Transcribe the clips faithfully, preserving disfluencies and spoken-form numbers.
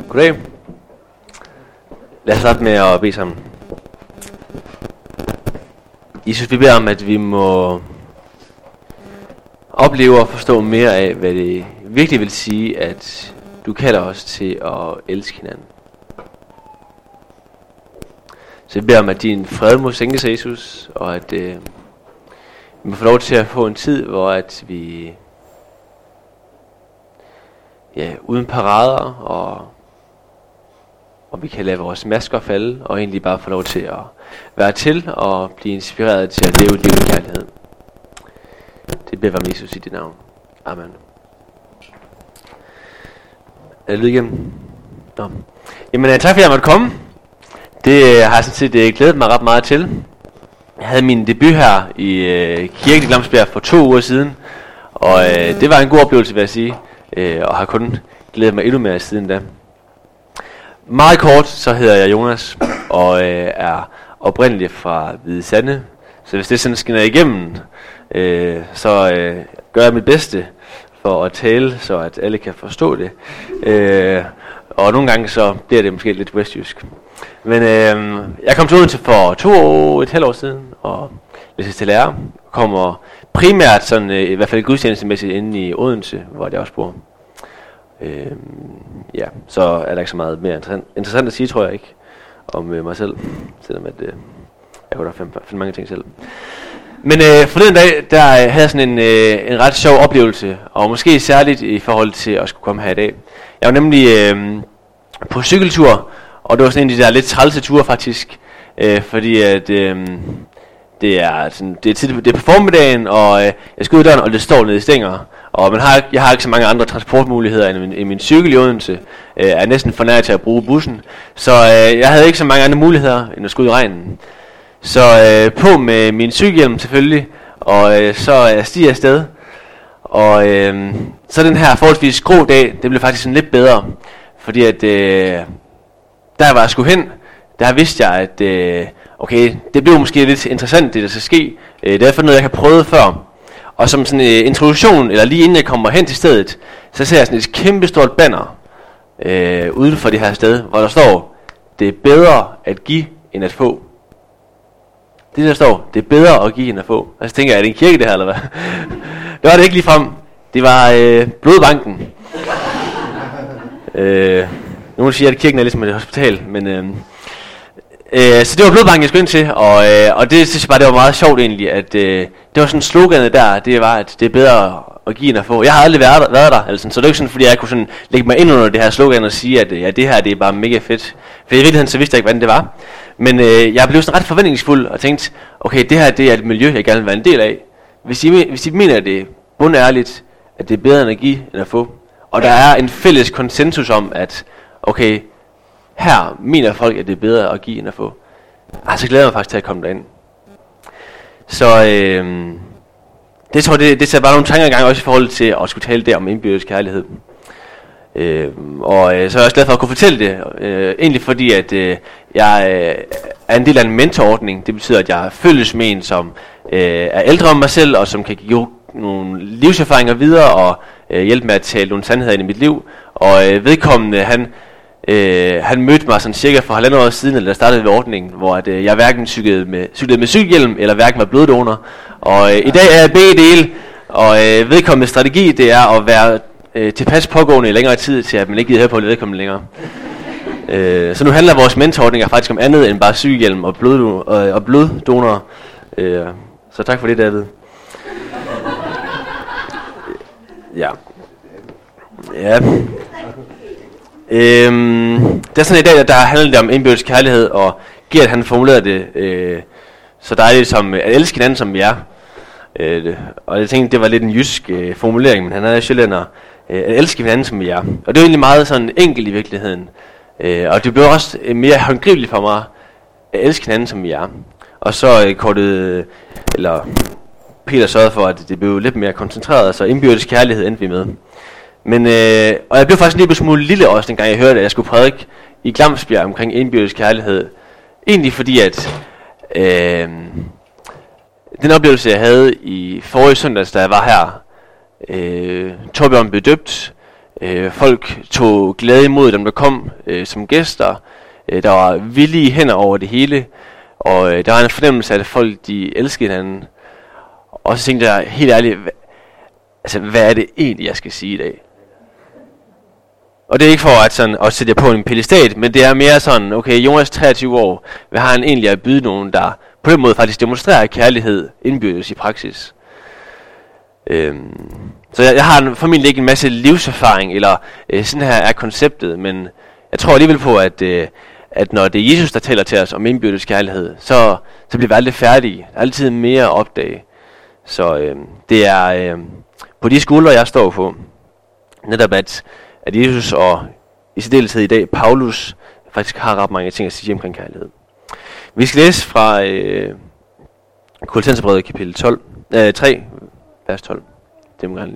Goddag. Lad os starte med at bede sammen. Jesus, vi beder om, at vi må opleve og forstå mere af, hvad det virkelig vil sige, at du kalder os til at elske hinanden. Så vi beder om, at din fred må sænke sig, Jesus, og at øh, vi må få lov til at få en tid, hvor at vi ja, uden parader, og, og vi kan lade vores masker falde, og egentlig bare få lov til at være til, og blive inspireret til at leve et liv i kærlighed. Det beder vi om, Jesus, i dit navn. Amen. Er det lyd igennem? Nå. Jamen, tak fordi jeg måtte komme. Det øh, har jeg sådan set øh, glædet mig ret meget til. Jeg havde min debut her i øh, kirken i Glamsbjerg for to uger siden, og øh, det var en god oplevelse, vil jeg sige, øh, og har kun glædet mig endnu mere siden da. Meget kort, så hedder jeg Jonas, og øh, er oprindelig fra Hvide Sande, så hvis det sådan skinner igennem, øh, så øh, gør jeg mit bedste for at tale, så at alle kan forstå det. Øh, og nogle gange så bliver det måske lidt westjysk. Men øh, jeg kom til Odense for to år, et halvt år siden, og læste til lærer. Kommer primært sådan, øh, i hvert fald gudstjenestemæssigt inde i Odense, hvor jeg også bor. Øh, ja, så er der ikke så meget mere interessant, interessant at sige, tror jeg ikke, om øh, mig selv. Selvom at, øh, jeg kunne da finde, finde mange ting selv. Men øh, forleden dag, der havde jeg sådan en, øh, en ret sjov oplevelse, og måske særligt i forhold til at skulle komme her i dag. Jeg var nemlig øh, på cykeltur, og det var sådan en af de der lidt trælse ture faktisk, øh, fordi at, øh, det er sådan, det er tidligt, det er på formiddagen, og øh, jeg skal ud af døren, og det står nede i stænger, og man har, jeg har ikke så mange andre transportmuligheder end min, end min cykel i Odense, øh, er næsten for nær til at bruge bussen, så øh, jeg havde ikke så mange andre muligheder end at skulle ud i regnen. Så øh, på med min cykelhjelm selvfølgelig, og øh, så øh, stiger jeg afsted, og øh, så den her forholdsvis grå dag, det blev faktisk sådan lidt bedre, fordi at øh, der var jeg skulle hen, der vidste jeg, at øh, okay, det blev måske lidt interessant, det der skal ske. Øh, det er for noget, jeg har prøvet før. Og som sådan en øh, introduktion, eller lige inden jeg kommer hen til stedet, så ser jeg sådan et kæmpestort banner øh, uden for det her sted, hvor der står, det er bedre at give, end at få. Det der står, det er bedre at give, end at få. Og så tænker jeg, er det en kirke det her, eller hvad? Det var det ikke lige frem. Det var øh, blodbanken. øh... Nogen siger, at kirken er ligesom et hospital, men øh, øh, så det var blodbanken, jeg skulle ind til, og, øh, og det synes jeg bare, det var meget sjovt egentlig, at øh, det var sådan sloganet der, det var, at det er bedre at give end at få. Jeg har aldrig været der, været der altså, så det er ikke sådan, fordi jeg kunne sådan lægge mig ind under det her slogan og sige, at ja, det her det er bare mega fedt. For i virkeligheden så vidste jeg ikke, hvordan det var. Men øh, jeg blev sådan ret forventningsfuld og tænkte, okay, det her det er et miljø, jeg gerne vil være en del af. Hvis I, hvis I mener, at det er bundærligt, at det er bedre end at give end at få, og der er en fælles konsensus om, at okay, her mener folk, at det er bedre at give end at få. Ah, så glæder jeg mig faktisk til at komme derind. Så øh, det tror jeg, det, det sætter bare nogle tanker i gang, også i forhold til at skulle tale der om indbyrdes kærlighed. Øh, og øh, så er jeg også glad for at kunne fortælle det. Øh, egentlig fordi, at øh, jeg øh, er en del af en mentorordning. Det betyder, at jeg følges med en, som øh, er ældre end mig selv, og som kan give nogle livserfaringer videre, og øh, hjælpe med at tale nogle sandheder ind i mit liv. Og øh, vedkommende, han, øh, han mødte mig sådan cirka for halvandet år siden, eller der startede ved ordningen, hvor at, øh, jeg hverken cyklede med, cyklede med cykelhjelm, eller hverken var bloddonor. Og øh, i dag er jeg begge dele, og øh, vedkommende strategi, det er at være øh, tilpas pågående i længere tid, til at man ikke gider høre på vedkommende længere. øh, så nu handler vores mentorordninger faktisk om andet end bare cykelhjelm og, blod, øh, og bloddonor. Øh, så tak for det, David. Ja. Ja. Øhm, det er sådan i dag, der handler det om indbyrdes kærlighed, og Gert han formulerede det øh, så dejligt som at elske hinanden som vi er. Øh, og jeg tænkte, det var lidt en jysk øh, formulering, men han er sjællænder. Øh, at elske hinanden som vi er. Og det er egentlig meget sådan enkelt i virkeligheden. Øh, og det blev også øh, mere håndgribeligt for mig at elske hinanden som vi er. Og så øh, kortet, eller Peter sørgede for, at det blev lidt mere koncentreret, så indbyrdes kærlighed endte vi med. Men, øh, og jeg blev faktisk lige på smule lille også, dengang jeg hørte, at jeg skulle prædike i Glamsbjerg omkring indbyrdes kærlighed. Egentlig fordi, at øh, den oplevelse, jeg havde i forrige søndags, da jeg var her, øh, Torbjørn blev døbt, Øh, folk tog glæde imod dem, der kom øh, som gæster. Øh, der var villige hænder over det hele. Og øh, der var en fornemmelse af, at folk de elskede hinanden. Og så tænkte jeg helt ærligt, hva, altså hvad er det egentlig, jeg skal sige i dag? Og det er ikke for at, sådan, at sætte jer på en pedestal, men det er mere sådan, okay, Jonas treogtyve år, hvad har han egentlig at byde nogen, der på den måde faktisk demonstrerer kærlighed indbyrdes i praksis? Øhm, så jeg, jeg har formentlig ikke en masse livserfaring, eller øh, sådan her er konceptet, men jeg tror alligevel på, at, øh, at når det er Jesus, der taler til os om indbyrdes kærlighed, så, så bliver vi aldrig færdige. Der er altid mere at opdage. Så øh, det er øh, på de skuldre, jeg står på, netop at, at Jesus og i særdeleshed i dag, Paulus, faktisk har ret mange ting at sige omkring kærlighed. Vi skal læse fra øh, Kolossenserbrevet kapitel tolv, øh, tre, vers tolv. Det må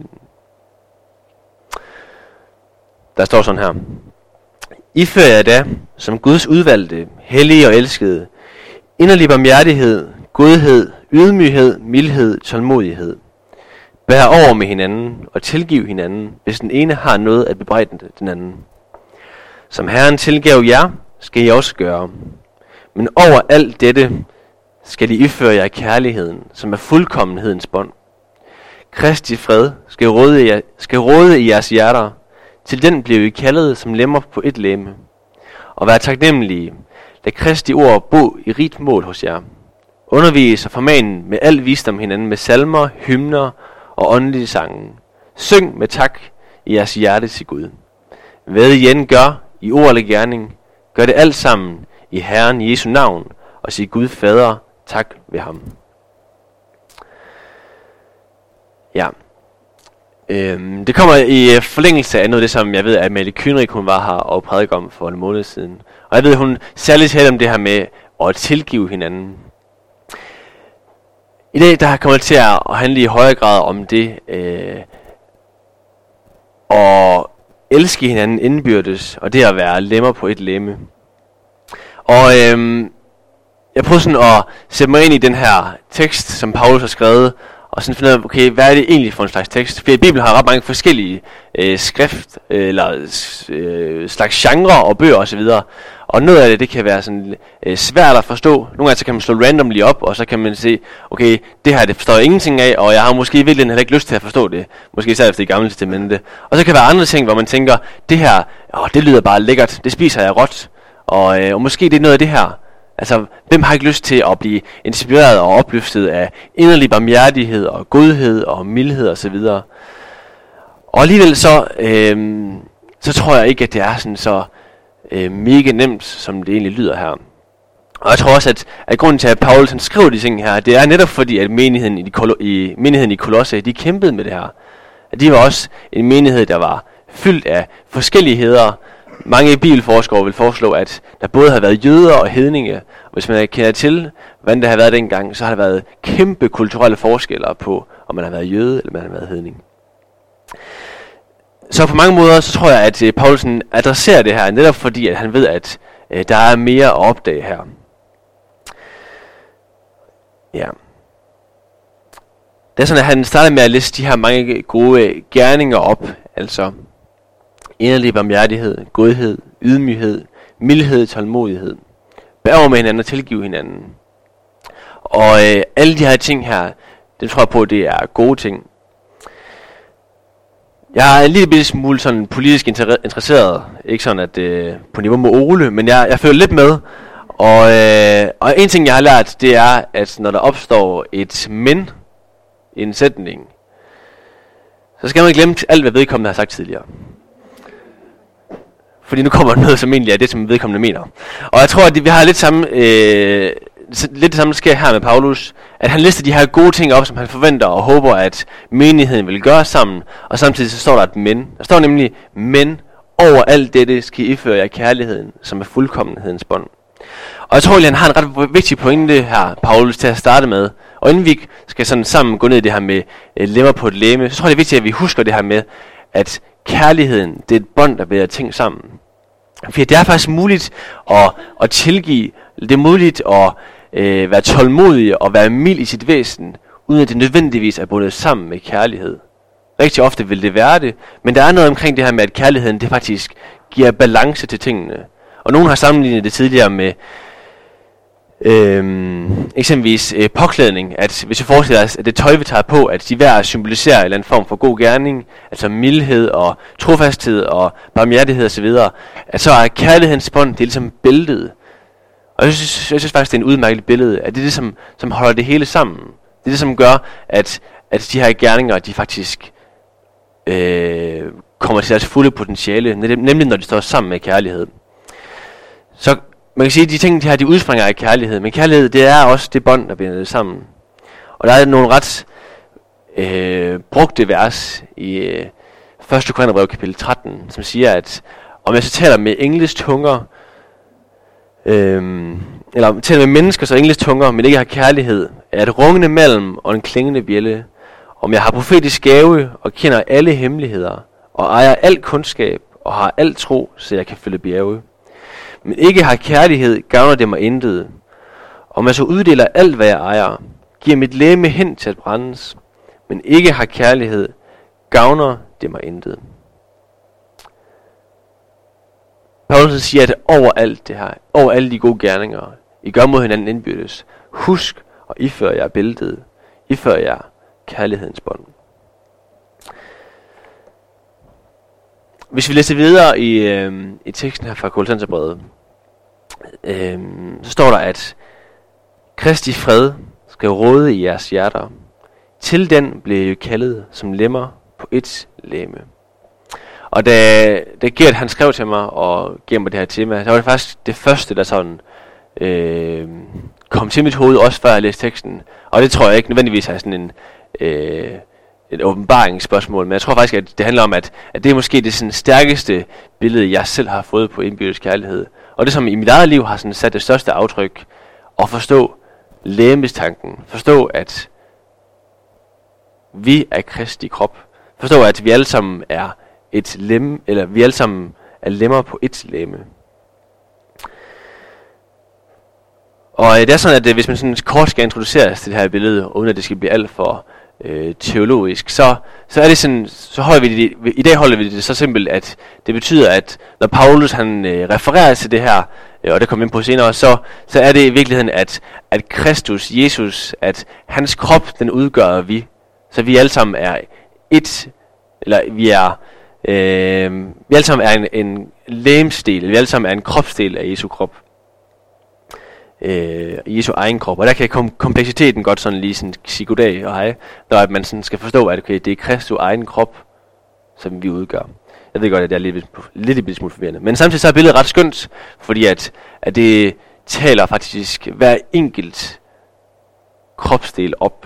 Der står sådan her. Ifører jeg da, som Guds udvalgte, hellige og elskede, inderlig barmhjertighed, godhed, ydmyghed, mildhed, tålmodighed. Bær over med hinanden og tilgiv hinanden, hvis den ene har noget at bebrejde den anden. Som Herren tilgav jer, skal I også gøre. Men over alt dette skal I iføre jer kærligheden, som er fuldkommenhedens bånd. Kristi fred skal råde, jer, skal råde i jeres hjerter. Til den bliver I kaldet som lemmer på et legeme. Og vær taknemmelige. Lad Kristi ord bo i rigt mål hos jer. Undervis og forman med al visdom hinanden med salmer, hymner og åndelige sange. Syng med tak i jeres hjerte til Gud. Hvad I end gør i ord eller gerning, gør det alt sammen i Herren Jesu navn og sig Gud Fader tak ved ham. Ja. Øhm, det kommer i forlængelse af noget af det, som jeg ved, at Mette Kynerik, hun var her og prædikede om for en måned siden. Og jeg ved, hun særligt talte om det her med at tilgive hinanden. I dag, der kommer det til at handle i højere grad om det, øh, at elske hinanden indbyrdes, og det at være lemmer på et lemme. Og øh, jeg prøver sådan at sætte mig ind i den her tekst, som Paulus har skrevet, og sådan finde ud af, okay, hvad er det egentlig for en slags tekst? Fordi Bibelen har ret mange forskellige øh, skrift, øh, eller øh, slags genre og bøger osv. Og noget af det, det kan være sådan øh, svært at forstå. Nogle gange så kan man slå randomly op, og så kan man se, okay, det her det forstår jeg ingenting af, og jeg har måske i virkeligheden heller ikke lyst til at forstå det. Måske især efter det gamle testamente. Og så kan der være andre ting, hvor man tænker, det her, åh, det lyder bare lækkert, det spiser jeg råt. Og, øh, og måske det er noget af det her. Altså, hvem har ikke lyst til at blive inspireret og opløftet af inderlig barmhjertighed og godhed og mildhed og så videre. Og alligevel så, øh, så tror jeg ikke, at det er sådan så øh, mega nemt, som det egentlig lyder her. Og jeg tror også, at, at grunden til, at Paulus han skrev de ting her, det er netop fordi, at menigheden i, de Kolo- i, menigheden i Kolosse, de kæmpede med det her. At de var også en menighed, der var fyldt af forskelligheder. Mange bibelforskere vil foreslå, at der både har været jøder og hedninge. Og hvis man kender til, hvordan det har været dengang, så har der været kæmpe kulturelle forskelle på, om man har været jøde eller man har været hedning. Så på mange måder, så tror jeg, at Paulus adresserer det her, netop fordi, at han ved, at øh, der er mere at opdage her. Ja. Det er sådan, at han starter med at liste de her mange gode gerninger op, altså inderlig barmhjertighed, godhed, ydmyghed, mildhed, tålmodighed. Bær over med hinanden og tilgive hinanden. Og øh, alle de her ting her, det tror jeg på, det er gode ting. Jeg er en lille bitte smule sådan politisk inter- interesseret. Ikke sådan at øh, på niveau med Ole, men jeg, jeg følger lidt med. Og, øh, og en ting jeg har lært, det er, at når der opstår et men i en sætning, så skal man ikke glemme alt, hvad vedkommende har sagt tidligere. Fordi nu kommer noget, som egentlig er det, som vedkommende mener. Og jeg tror, at vi har lidt samme, øh, lidt det samme, der sker her med Paulus. At han lister de her gode ting op, som han forventer og håber, at menigheden vil gøre sammen. Og samtidig så står der et men. Der står nemlig, men over alt dette skal I iføre jer kærligheden, som er fuldkommenhedens bånd. Og jeg tror, at han har en ret vigtig pointe her, Paulus, til at starte med. Og inden vi skal sådan sammen gå ned i det her med øh, lemmer på et legeme, så tror jeg, det er vigtigt, at vi husker det her med, at kærligheden, det er et bånd, der binder ting sammen. Fordi det er faktisk muligt at, at tilgive, det er muligt at øh, være tålmodig og være mild i sit væsen, uden at det nødvendigvis er bundet sammen med kærlighed. Rigtig ofte vil det være det. Men der er noget omkring det her med, at kærligheden det faktisk giver balance til tingene. Og nogen har sammenlignet det tidligere med øhm, eksempelvis øh, påklædning. At hvis vi forestiller os, at det tøj vi tager på, at de hver symboliserer en eller anden form for god gerning, altså mildhed og trofasthed og barmhjertighed osv., at så er kærlighedens bånd, det er ligesom bæltet. Og jeg synes, jeg synes faktisk, det er en udmærket billede, at det er det, som, som holder det hele sammen. Det er det, som gør, at, at de her gerninger, de faktisk øh, kommer til deres fulde potentiale, nemlig når de står sammen med kærlighed. Så man kan sige, at de ting, de her, de udspringer af kærlighed, men kærlighed, det er også det bånd, der binder det sammen. Og der er nogle ret øh, brugte vers i øh, første Korintherbrev kapitel tretten, som siger, at om jeg så taler med engles tunger, Øhm, eller taler med mennesker så engles tunger, men ikke har kærlighed, er et rungende malm og en klingende bjælde. Om jeg har profetisk gave og kender alle hemmeligheder, og ejer al kundskab og har al tro, så jeg kan følge bjerge, men ikke har kærlighed, gavner det mig intet. Om jeg så uddeler alt, hvad jeg ejer, giver mit legeme hen til at brændes, men ikke har kærlighed, gavner det mig intet. Paulus siger, at over alt det her, over alle de gode gerninger, I gør mod hinanden indbyrdes, husk og ifør jer bæltet, ifør jer kærlighedens bånd. Hvis vi læser videre i, øh, i teksten her fra Kolossenserbrevet, øh, så står der, at Kristi fred skal råde i jeres hjerter. Til den blev I kaldet som lemmer på et legeme. Og da, da Gert han skrev til mig og gav mig det her tema, så var det faktisk det første, der sådan øh, kom til mit hoved, også før jeg læste teksten. Og det tror jeg ikke nødvendigvis er sådan en, øh, et åbenbaringsspørgsmål, men jeg tror faktisk, at det handler om, at, at det er måske det sådan stærkeste billede, jeg selv har fået på indbyrdes kærlighed. Og det, som i mit eget liv har sådan sat det største aftryk, at forstå legemestanken. Forstå, at vi er Kristi krop. Forstå, at vi alle sammen er et lem, eller vi alle sammen er lemmer på et legeme. Og øh, det er sådan, at øh, hvis man sådan kort skal introduceres til det her billede, uden at det skal blive alt for øh, teologisk, så, så er det sådan, så holder vi det, i dag holder vi det så simpelt, at det betyder, at når Paulus han øh, refererer til det her, øh, og det kommer vi ind på senere, så, så er det i virkeligheden, at, at Kristus, Jesus, at hans krop, den udgør vi. Så vi alle sammen er et, eller vi er, øh, vi alle sammen er en, en legemsdel, vi alle sammen er en kropsdel af Jesu krop. Øh, Jesu egen krop. Og der kan kom, kompleksiteten godt sådan lige sådan sige goddag og hej, når at man sådan skal forstå, at okay, det er Kristi egen krop, som vi udgør. Jeg ved godt, at det er lidt, lidt, lidt smule forvirrende. Men samtidig så er billedet ret skønt, fordi at, at det taler faktisk hver enkelt kropsdel op.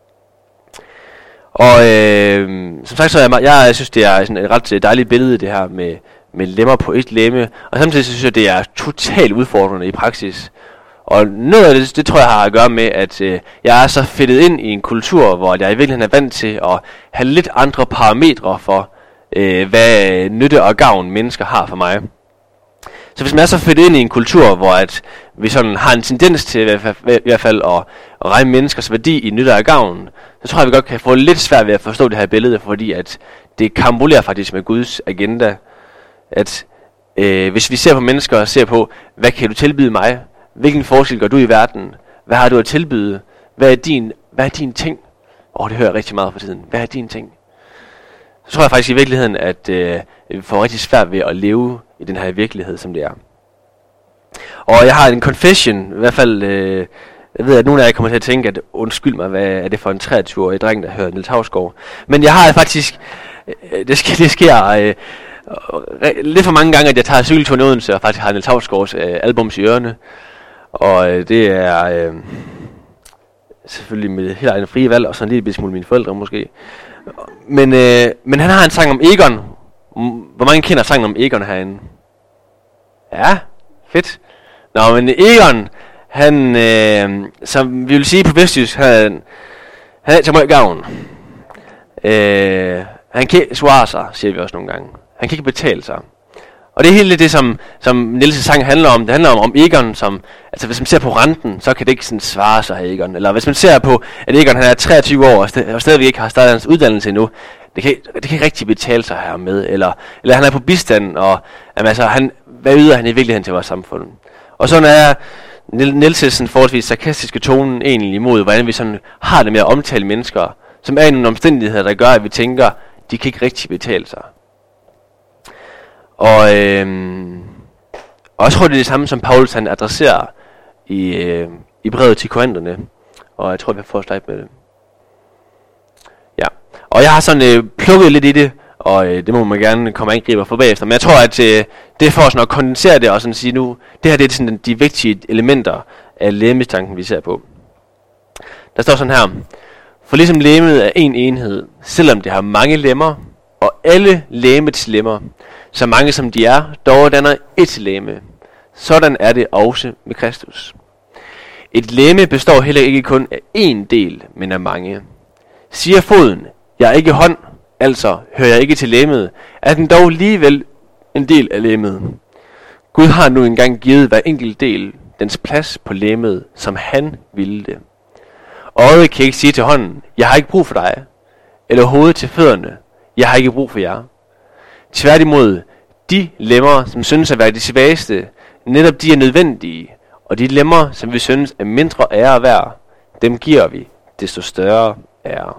Og øh, som sagt, så er jeg, jeg, jeg synes, det er sådan et ret dejligt billede, det her med, med lemmer på et legeme. Og samtidig så synes jeg, det er totalt udfordrende i praksis. Og noget af det, det tror jeg har at gøre med, at øh, jeg er så fedtet ind i en kultur, hvor jeg i virkeligheden er vant til at have lidt andre parametre for, øh, hvad nytte og gavn mennesker har for mig. Så hvis man er så fedtet ind i en kultur, hvor at vi sådan har en tendens til i hvert fald, i hvert fald at, at regne menneskers værdi i nytte og gavn, så tror jeg, vi godt kan få lidt svært ved at forstå det her billede, fordi at det karambolerer faktisk med Guds agenda. At øh, hvis vi ser på mennesker og ser på, hvad kan du tilbyde mig? Hvilken forskel gør du i verden? Hvad har du at tilbyde? Hvad er din, hvad er din ting? Åh, oh, det hører jeg rigtig meget for tiden. Hvad er din ting? Så tror jeg faktisk i virkeligheden, at øh, vi får rigtig svært ved at leve i den her virkelighed, som det er. Og jeg har en confession, i hvert fald, øh, jeg ved, at nogle af jer kommer til at tænke, at undskyld mig, hvad er det for en treogtyve-årig dreng, der hører Niels Hausgaard. Men jeg har faktisk, øh, det, sker, det sker øh, lidt for mange gange, at jeg tager cykelturen i Odense, og faktisk har Niels Hausgaards øh, albums i ørerne. Og øh, det er øh, selvfølgelig med helt egen frie valg, og sådan en lille smule mine forældre måske. Men, øh, men han har en sang om Egon. Hvor mange kender sangen om Egon herinde? Ja, fedt. Nå, men Egon, han, øh, som vi vil sige på vestjysk, han, han er til meget gavn. Øh, han kan svare sig, siger vi også nogle gange. Han kan ikke betale sig. Og det er helt det, som, som Niels' sang handler om. Det handler om, om Egon, som, altså hvis man ser på renten, så kan det ikke sådan svare sig af Egon. Eller hvis man ser på, at Egon han er treogtyve år, og, st- og stadigvæk ikke har startet hans uddannelse endnu, det kan, det kan ikke rigtig betale sig her med, eller, eller han er på bistand, og jamen, altså, han, hvad yder han i virkeligheden til vores samfund? Og sådan er Nielsens forholdsvis sarkastiske tonen egentlig imod, hvordan vi sådan har det med at omtale mennesker, som er i nogle omstændigheder, der gør, at vi tænker, de kan ikke rigtig betale sig. Og, øhm, og jeg tror, det er det samme, som Paulus han adresserer i, øh, i brevet til korinterne. Og jeg tror, vi får slide med det. Ja. Og jeg har sådan øh, plukket lidt i det, og øh, det må man gerne komme og angribe for bagefter. Men jeg tror, at øh, det er for sådan at kondensere det og sådan sige nu, det her det er sådan de vigtige elementer af legemstanken, vi ser på. Der står sådan her: for ligesom legemet er en enhed, selvom det har mange lemmer, og alle legemets lemmer, så mange som de er, dog danner et legeme. Sådan er det også med Kristus. Et legeme består heller ikke kun af én del, men af mange. Siger foden, jeg er ikke hånd, altså hører jeg ikke til legemet, er den dog alligevel en del af legemet. Gud har nu engang givet hver enkelt del dens plads på legemet, som han ville det. Øjet kan ikke sige til hånden, jeg har ikke brug for dig, eller hovedet til fødderne, jeg har ikke brug for jer. Tværtimod, de lemmer, som synes at være de svageste, netop de er nødvendige, og de lemmer, som vi synes er mindre ære værd, dem giver vi desto større ære.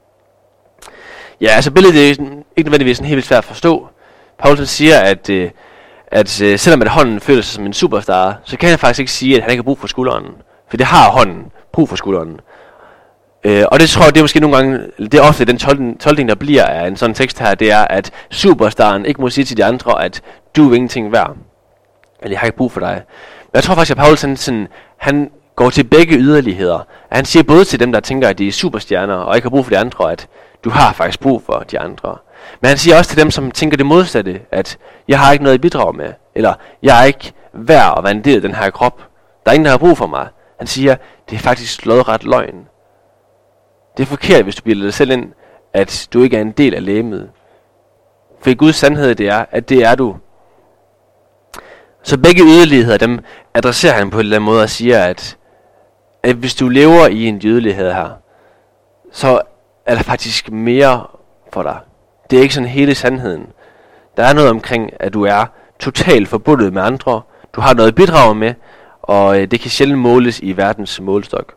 Ja, altså billedet er ikke nødvendigvis sådan helt svært at forstå. Paulus siger, at, øh, at øh, selvom at hånden føler sig som en superstar, så kan han faktisk ikke sige, at han ikke har brug for skulderen. For det har hånden brug for skulderen. Øh, og det tror jeg, det er måske nogle gange, det er ofte den tolkning, tolkning, der bliver af en sådan tekst her, det er, at superstaren ikke må sige til de andre, at du er ingenting værd. Eller jeg har ikke brug for dig. Men jeg tror faktisk, at Paulus sådan, sådan, han går til begge yderligheder. At han siger både til dem, der tænker, at de er superstjerner, og ikke har brug for de andre, at du har faktisk brug for de andre. Men han siger også til dem, som tænker det modsatte, at jeg har ikke noget at bidrage med, eller jeg er ikke værd at være en del af den her krop. Der er ingen, der har brug for mig. Han siger, det er faktisk lodret løgn. Det er forkert, hvis du bilder dig selv ind, at du ikke er en del af legemet. For i Guds sandhed det er, at det er du. Så begge yderligheder, dem adresserer han på en eller anden måde og siger, at, at hvis du lever i en yderlighed her, så er der faktisk mere for dig. Det er ikke sådan hele sandheden. Der er noget omkring, at du er totalt forbundet med andre. Du har noget at bidrage med, og øh, det kan sjældent måles i verdens målestok.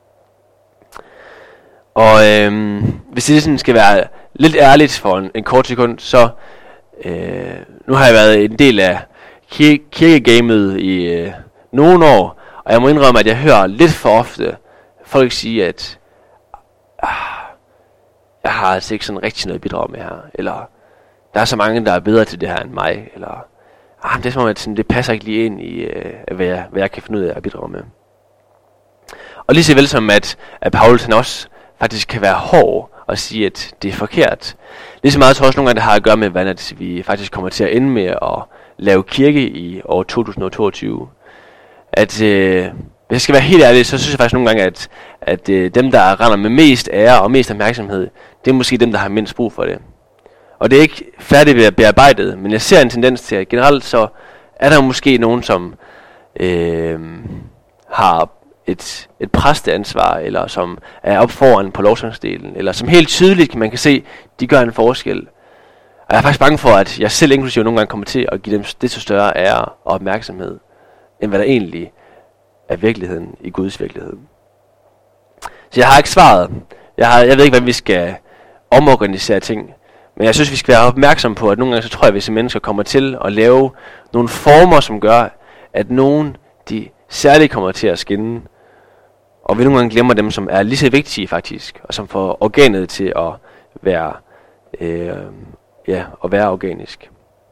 Og øh, hvis det sådan skal være lidt ærligt for en, en kort sekund, så øh, nu har jeg været en del af kir- kirkegamet i øh, nogle år, og jeg må indrømme, at jeg hører lidt for ofte folk sige, at ah, jeg har altså ikke sådan rigtig noget at bidrage med her, eller der er så mange, der er bedre til det her end mig, eller ah, det er som om, at sådan, det passer ikke lige ind i, øh, hvad, jeg, hvad jeg kan finde ud af at bidrage med. Og lige så vel som, at, at Paulus han også faktisk kan være hård og sige, at det er forkert. Lige så meget tror jeg også nogle gange, det har at gøre med, hvordan at vi faktisk kommer til at ende med at lave kirke i år to tusind og toogtyve. At øh, hvis jeg skal være helt ærlig, så synes jeg faktisk nogle gange, at, at øh, dem, der render med mest ære og mest opmærksomhed, det er måske dem, der har mindst brug for det. Og det er ikke færdigt bearbejdet, men jeg ser en tendens til, at generelt så er der måske nogen, som øh, har et, et præsteansvar, eller som er op foran på lovsangsdelen, eller som helt tydeligt man kan se, de gør en forskel. Og jeg er faktisk bange for, at jeg selv inklusive nogle gange kommer til at give dem det så større ære og opmærksomhed, end hvad der egentlig er virkeligheden i Guds virkelighed. Så jeg har ikke svaret. Jeg, har, jeg ved ikke, hvordan vi skal omorganisere ting. Men jeg synes, vi skal være opmærksom på, at nogle gange så tror jeg, at visse mennesker kommer til at lave nogle former, som gør, at nogen de særligt kommer til at skinne. Og vi nogle gange glemmer dem, som er lige så vigtige faktisk, og som får organet til at være, øh, ja, at være organisk.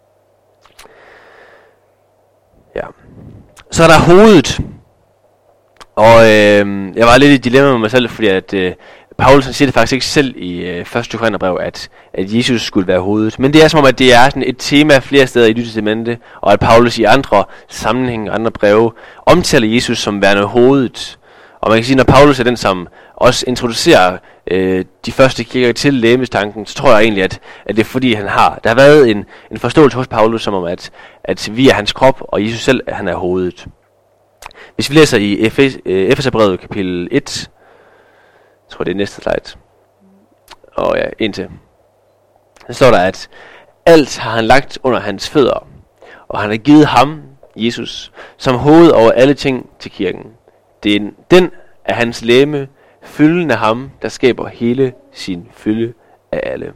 Ja. Så er der hovedet. Og øh, jeg var lidt i dilemma med mig selv, fordi at øh, Paulus siger det faktisk ikke selv i øh, første Korintherbrev, at, at Jesus skulle være hovedet. Men det er som om, at det er sådan et tema flere steder i Nyt Testamente, og at Paulus i andre sammenhænge, andre breve, omtaler Jesus som værende hovedet. Og man kan sige, når Paulus er den, som også introducerer øh, de første kirker til legemstanken, så tror jeg egentlig, at, at det er fordi, han har. Der har været en, en forståelse hos Paulus, som om, at, at vi er hans krop, og Jesus selv, han er hovedet. Hvis vi læser i Efeserbrevet kapitel et, jeg tror det er næste slide, og ja, indtil. så står der, at alt har han lagt under hans fødder, og han har givet ham, Jesus, som hoved over alle ting til kirken. Det er den af hans legeme, fylden af ham, der skaber hele sin fylde af alle.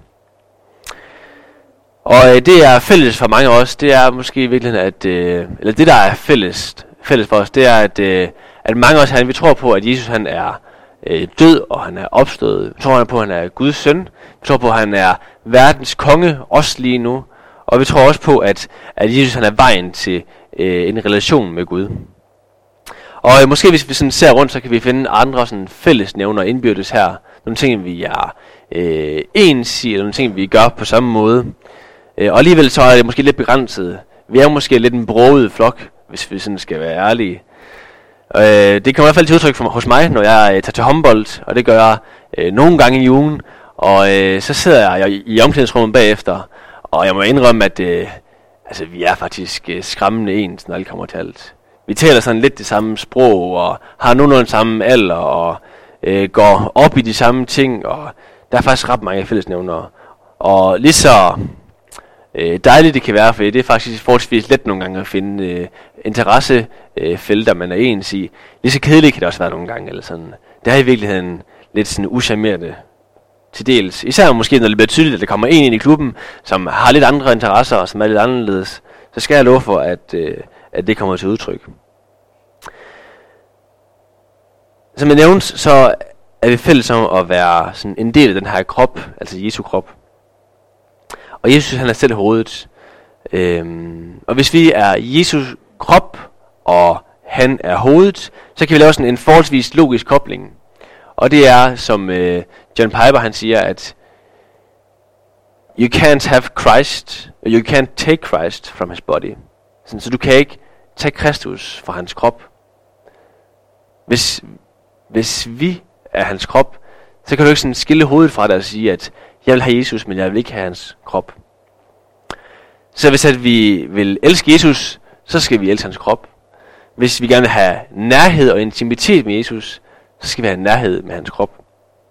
Og øh, det er fælles for mange af os, det er måske i virkeligheden, at, øh, eller det der er fælles, fælles for os, det er, at, øh, at mange af os, han, vi tror på, at Jesus han er øh, død, og han er opstået. Vi tror på, at han er Guds søn. Vi tror på, at han er verdens konge, også lige nu. Og vi tror også på, at, at Jesus han er vejen til øh, en relation med Gud. Og øh, måske hvis vi sådan ser rundt, så kan vi finde andre sådan fællesnævner indbyrdes her. Nogle ting, vi er øh, ens i, eller nogle ting, vi gør på samme måde. Øh, og alligevel så er det måske lidt begrænset. Vi er måske lidt en broget flok, hvis vi sådan skal være ærlige. Øh, det kommer i hvert fald til udtryk for, hos mig, når jeg øh, tager til håndbold, og det gør jeg øh, nogle gange i ugen. Og øh, så sidder jeg i, i omklædningsrummet bagefter, og jeg må indrømme, at øh, altså, vi er faktisk øh, skræmmende ens, når alt kommer til alt. Vi taler sådan lidt det samme sprog, og har nogenlunde samme alder, og øh, går op i de samme ting, og der er faktisk ret mange fællesnævnere. Og lige så øh, dejligt det kan være, for det er faktisk forholdsvis let nogle gange at finde øh, interessefelter, øh, man er ens i. Lige så kedeligt kan det også være nogle gange, eller sådan. Det er i virkeligheden lidt sådan uschammerende til dels. Især måske, når det bliver tydeligt, at der kommer en ind i klubben, som har lidt andre interesser, og som er lidt anderledes, så skal jeg love for, at, øh, at det kommer til udtryk. Som jeg nævnte, så er vi fælles om at være sådan en del af den her krop, altså Jesu krop. Og Jesus han er selv hovedet. Øhm, og hvis vi er Jesus krop, og han er hovedet, så kan vi lave sådan en forholdsvis logisk kobling. Og det er, som øh, John Piper han siger, at you can't have Christ, you can't take Christ from his body. Sådan, så du kan ikke tage Kristus fra hans krop. Hvis, hvis vi er hans krop, så kan du ikke sådan skille hovedet fra dig og sige, at jeg vil have Jesus, men jeg vil ikke have hans krop. Så hvis at vi vil elske Jesus, så skal vi elske hans krop. Hvis vi gerne vil have nærhed og intimitet med Jesus, så skal vi have nærhed med hans krop.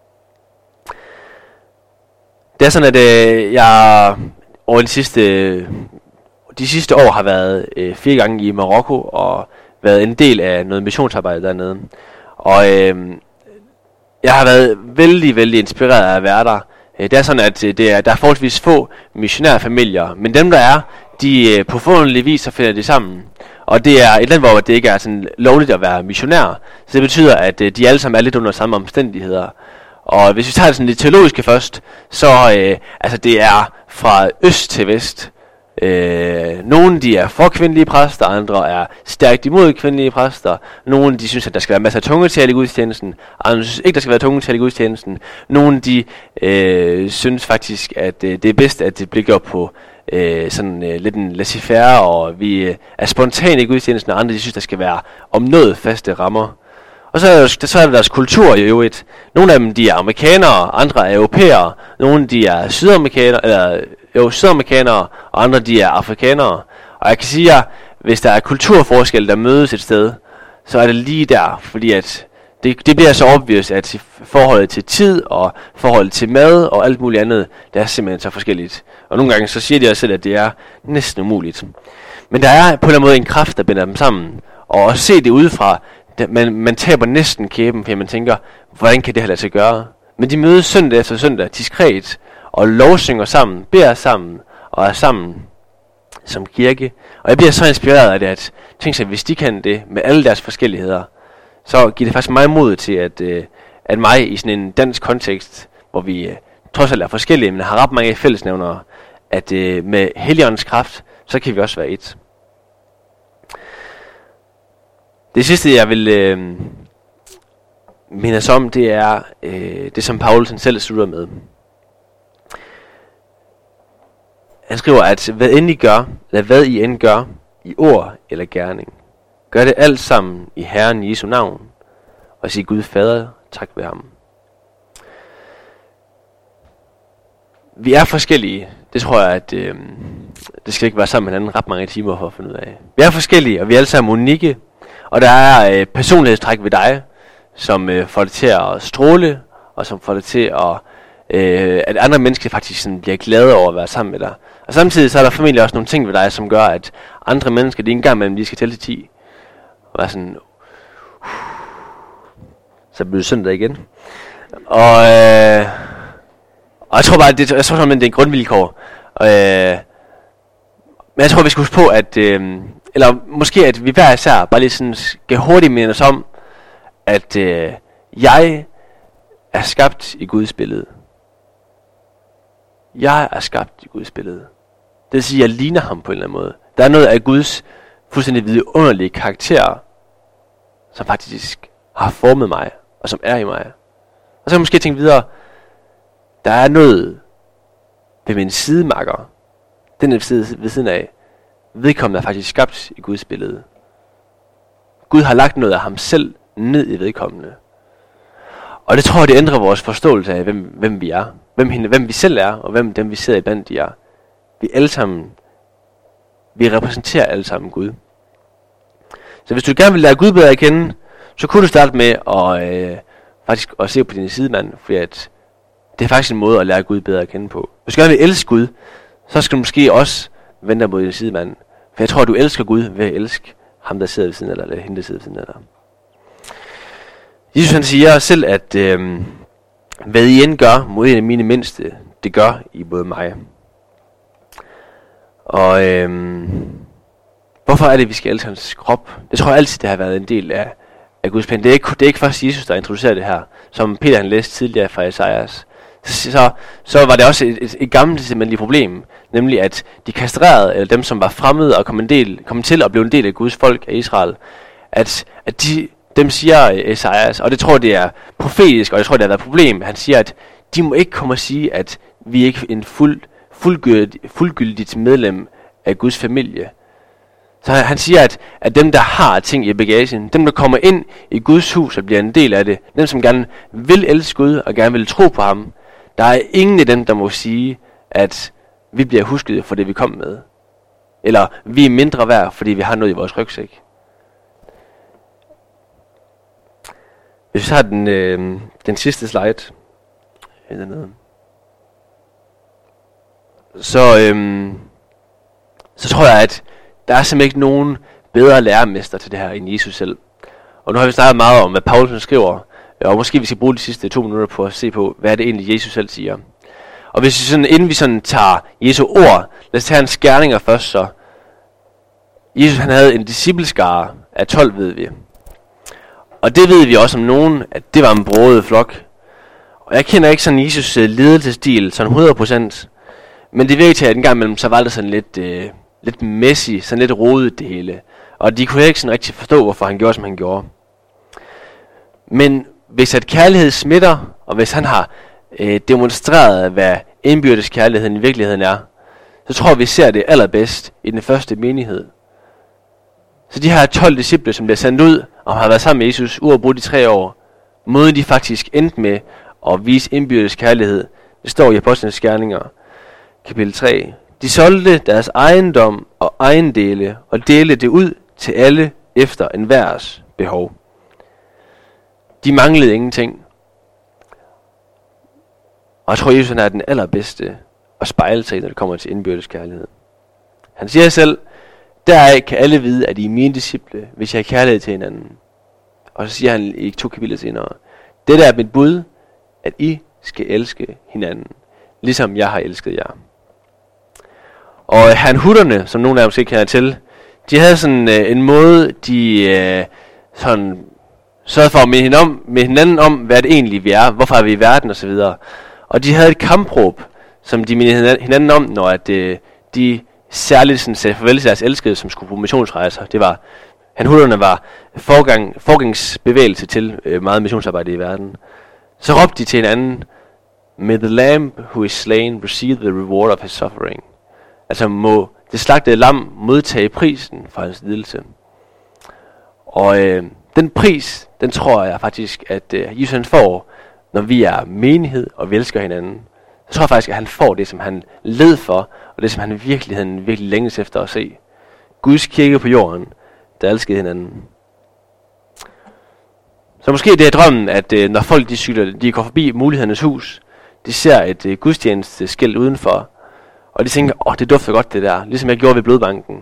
Det er sådan, at øh, jeg over de sidste, de sidste år har været øh, fire gange i Marokko og været en del af noget missionsarbejde dernede. Og øh, jeg har været vældig, vældig inspireret af at være der. Det er sådan, at det er, der er forholdsvis få missionære familier, men dem der er, de på forunderlig vis så finder de sammen. Og det er et land, hvor det ikke er sådan lovligt at være missionær. Så det betyder, at de alle sammen er lidt under samme omstændigheder. Og hvis vi tager det sådan lidt teologiske først, så øh, altså det er fra øst til vest. Øh, nogle de er for kvindelige præster, andre er stærkt imod kvindelige præster. Nogle de synes, at der skal være masser af tungetale i gudstjenesten, andre synes ikke, der skal være tungetale i gudstjenesten. Nogle de øh, synes faktisk, at øh, det er bedst, at det bliver gjort på øh, sådan øh, lidt en laissez-faire, og vi øh, er spontane i gudstjenesten, og andre de synes, der skal være om noget faste rammer. Og så er, der, så er der deres kultur i øvrigt. Nogle af dem de er amerikanere, andre er europæere, nogle de er sydamerikanere, eller jo sydamerikanere, og andre de er afrikanere. Og jeg kan sige jer, hvis der er kulturforskel, der mødes et sted, så er det lige der, fordi at det, det bliver så obvious, at forholdet til tid og forholdet til mad og alt muligt andet, det er simpelthen så forskelligt. Og nogle gange så siger de også selv, at det er næsten umuligt. Men der er på en eller anden måde en kraft, der binder dem sammen. Og at se det udefra, det, man, man taber næsten kæben, fordi man tænker, hvordan kan det her lade sig gøre? Men de mødes søndag efter søndag, diskret, og lovsynger sammen, beder sammen, og er sammen som kirke. Og jeg bliver så inspireret af det, at tænk sig, hvis de kan det med alle deres forskelligheder, så giver det faktisk mig mod til, at, øh, at mig i sådan en dansk kontekst, hvor vi øh, trods alt er forskellige, men har ret mange fællesnævnere, at øh, med Helligåndens kraft, så kan vi også være et. Det sidste, jeg vil øh, mindes om, det er øh, det, som Paulus selv slutter med. Han skriver, at hvad end I gør, eller hvad I end gør, i ord eller gerning, gør det alt sammen i Herren Jesu navn, og sig Gud Fader, tak ved ham. Vi er forskellige. Det tror jeg, at øh, det skal ikke være sammen med hinanden ret mange timer for at finde ud af. Vi er forskellige, og vi er alle sammen unikke. Og der er øh, personlighedstræk ved dig, som øh, får det til at stråle, og som får det til at øh, at andre mennesker faktisk sådan bliver glade over at være sammen med dig. Og samtidig så er der formentlig også nogle ting ved dig, som gør, at andre mennesker, de en gang imellem lige skal tælle til ti. Og være sådan, uh, så bliver det søndag igen. Og, øh, og jeg tror bare, det, jeg tror simpelthen, det er en grundvilkår. Og, øh, men jeg tror, vi skal huske på, at, øh, eller måske at vi hver især bare lige sådan skal hurtigt minde os om, at øh, jeg er skabt i Guds billede. Jeg er skabt i Guds billede. Det vil sige, at jeg ligner ham på en eller anden måde. Der er noget af Guds fuldstændig vidunderlige karakter, som faktisk har formet mig, og som er i mig. Og så kan jeg måske tænke videre, der er noget ved min sidemakker, den er ved, ved siden af, vedkommende er faktisk skabt i Guds billede. Gud har lagt noget af ham selv ned i vedkommende. Og det tror jeg, det ændrer vores forståelse af, hvem, hvem vi er. Hvem, hende, hvem vi selv er, og hvem dem vi sidder iblandt de er. Vi alle sammen, vi repræsenterer alle sammen Gud. Så hvis du gerne vil lære Gud bedre at kende, så kunne du starte med at, øh, faktisk at se på din sidemand, fordi at det er faktisk en måde at lære Gud bedre at kende på. Hvis du gerne vil elske Gud, så skal du måske også vende dig mod din sidemand. For jeg tror, at du elsker Gud ved at elske ham, der sidder ved siden af dig, eller hende, der sidder ved siden af dig. Jesus han siger selv, at øh, hvad I end gør mod en af mine mindste, det gør I både mig. Og øh, hvorfor er det, vi skal elske hans krop? Det tror jeg altid, det har været en del af, af Guds plan. Det er, ikke, det er ikke først Jesus, der introducerer det her, som Peter han læste tidligere fra Esajas. Så, så, så var det også et, et, et gammelt problem, nemlig at de kastrerede, eller dem som var fremmede og kom, en del, kom til at blive en del af Guds folk af Israel, at, at de, dem siger Esajas, og det tror jeg, det er profetisk, og jeg tror, det har været et problem. Han siger, at de må ikke komme og sige, at vi ikke er en fuld, fuldgyldigt, fuldgyldigt medlem af Guds familie. Så han, han siger, at, at dem, der har ting i bagagen, dem, der kommer ind i Guds hus og bliver en del af det, dem, som gerne vil elske Gud og gerne vil tro på ham, der er ingen af dem, der må sige, at vi bliver husket for det, vi kom med. Eller vi er mindre værd, fordi vi har noget i vores rygsæk. Hvis vi har den, øh, den sidste slide, dernede, så, øh, så tror jeg, at der er simpelthen ikke nogen bedre lærermester til det her end Jesus selv. Og nu har vi snakket meget om, hvad Paulus skriver, og måske vi skal bruge de sidste to minutter på at se på, hvad er det egentlig Jesus selv siger. Og hvis vi sådan, inden vi sådan tager Jesu ord, lad os tage hans gerninger først så. Jesus han havde en discipleskare af tolv, ved vi. Og det ved vi også om nogen, at det var en broget flok. Og jeg kender ikke sådan Jesus' ledelsesstil, sådan hundrede procent. Men det virker til, at en gang imellem, så var det sådan lidt, øh, lidt messy, sådan lidt rodet det hele. Og de kunne ikke sådan rigtig forstå, hvorfor han gjorde, som han gjorde. Men hvis at kærlighed smitter, og hvis han har øh, demonstreret, hvad indbyrdes kærligheden i virkeligheden er, så tror vi ser det allerbedst i den første menighed. Så de her tolv disciple, som bliver sendt ud, og har været sammen med Jesus uafbrudt i tre år, måden de faktisk endte med at vise indbyrdes kærlighed, det står i Apostlenes Gerninger, kapitel tre. De solgte deres ejendom og ejendele, og delte det ud til alle efter enhvers behov. De manglede ingenting. Og jeg tror, Jesus er den allerbedste at spejle sig, når det kommer til indbyrdes kærlighed. Han siger selv, deraf kan alle vide, at I er mine disciple, hvis jeg har kærlighed til hinanden. Og så siger han i to kapitler senere, det er mit bud, at I skal elske hinanden, ligesom jeg har elsket jer. Og herrnhutterne, som nogle af jer måske kender til, de havde sådan øh, en måde, de øh, sådan sørgede for at minde hinanden, om, med hinanden om, hvad det egentlig vi er, hvorfor er vi i verden osv. Og de havde et kampråb, som de mindede hinanden om, når at, øh, de særligt sådan, sagde farvel til deres elskede, som skulle på missionsrejser. Det var, herrnhutterne var forgang, forgangsbevægelse til øh, meget missionsarbejde i verden. Så råbte de til hinanden, may the lamb who is slain receive the reward of his suffering. Altså må det slagtede lam modtage prisen for hans lidelse. Og øh, den pris, den tror jeg faktisk, at øh, Jesus han får, når vi er menighed og vi elsker hinanden. Jeg tror faktisk, at han får det, som han led for, og det, som han i virkeligheden virkelig længes efter at se. Guds kirke på jorden, der elskede hinanden. Så måske det er drømmen, at øh, når folk de cykler, de går forbi mulighedernes hus, de ser et uh, gudstjeneste skilt udenfor, og de tænker, åh, oh, det dufter godt det der, ligesom jeg gjorde ved blodbanken.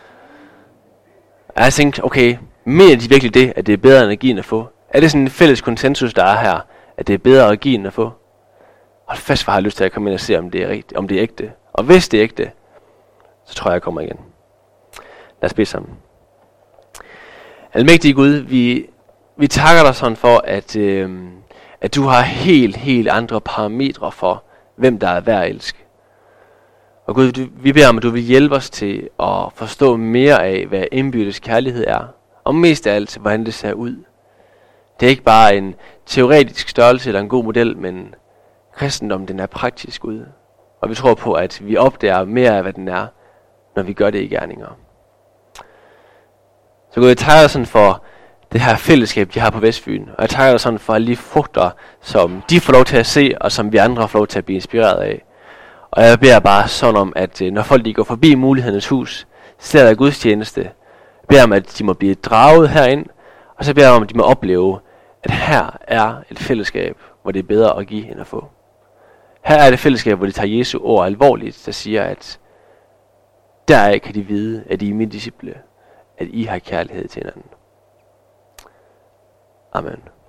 Og jeg tænkte, okay, mener de virkelig det, at det er bedre end at give end at få? Er det sådan en fælles konsensus, der er her, at det er bedre at give end at få? Hold fast, for jeg har lyst til at komme ind og se, om det er rigtigt, om det er ægte. Og hvis det er ægte, så tror jeg, jeg kommer igen. Lad os bede sammen. Almægtige Gud, vi, vi takker dig sådan for, at, øh, at du har helt, helt andre parametre for, hvem der er værd at elske. Og Gud, du, vi beder om, at du vil hjælpe os til at forstå mere af, hvad indbyrdes kærlighed er. Og mest af alt, hvordan det ser ud. Det er ikke bare en teoretisk størrelse eller en god model, men kristendom, den er praktisk ud. Og vi tror på, at vi opdager mere af, hvad den er, når vi gør det i gerninger. Så Gud, jeg takker dig sådan for det her fællesskab, de har på Vestfyn. Og jeg takker dig sådan for alle de frugter, som de får lov til at se, og som vi andre får lov til at blive inspireret af. Og jeg beder bare sådan om, at når folk de går forbi Mulighedernes Hus, ser der gudstjeneste, jeg beder om, at de må blive draget herind, og så beder jeg om, at de må opleve, at her er et fællesskab, hvor det er bedre at give end at få. Her er det fællesskab, hvor de tager Jesu ord alvorligt, der siger, at deraf kan de vide, at I er mine disciple, at I har kærlighed til hinanden. Amen.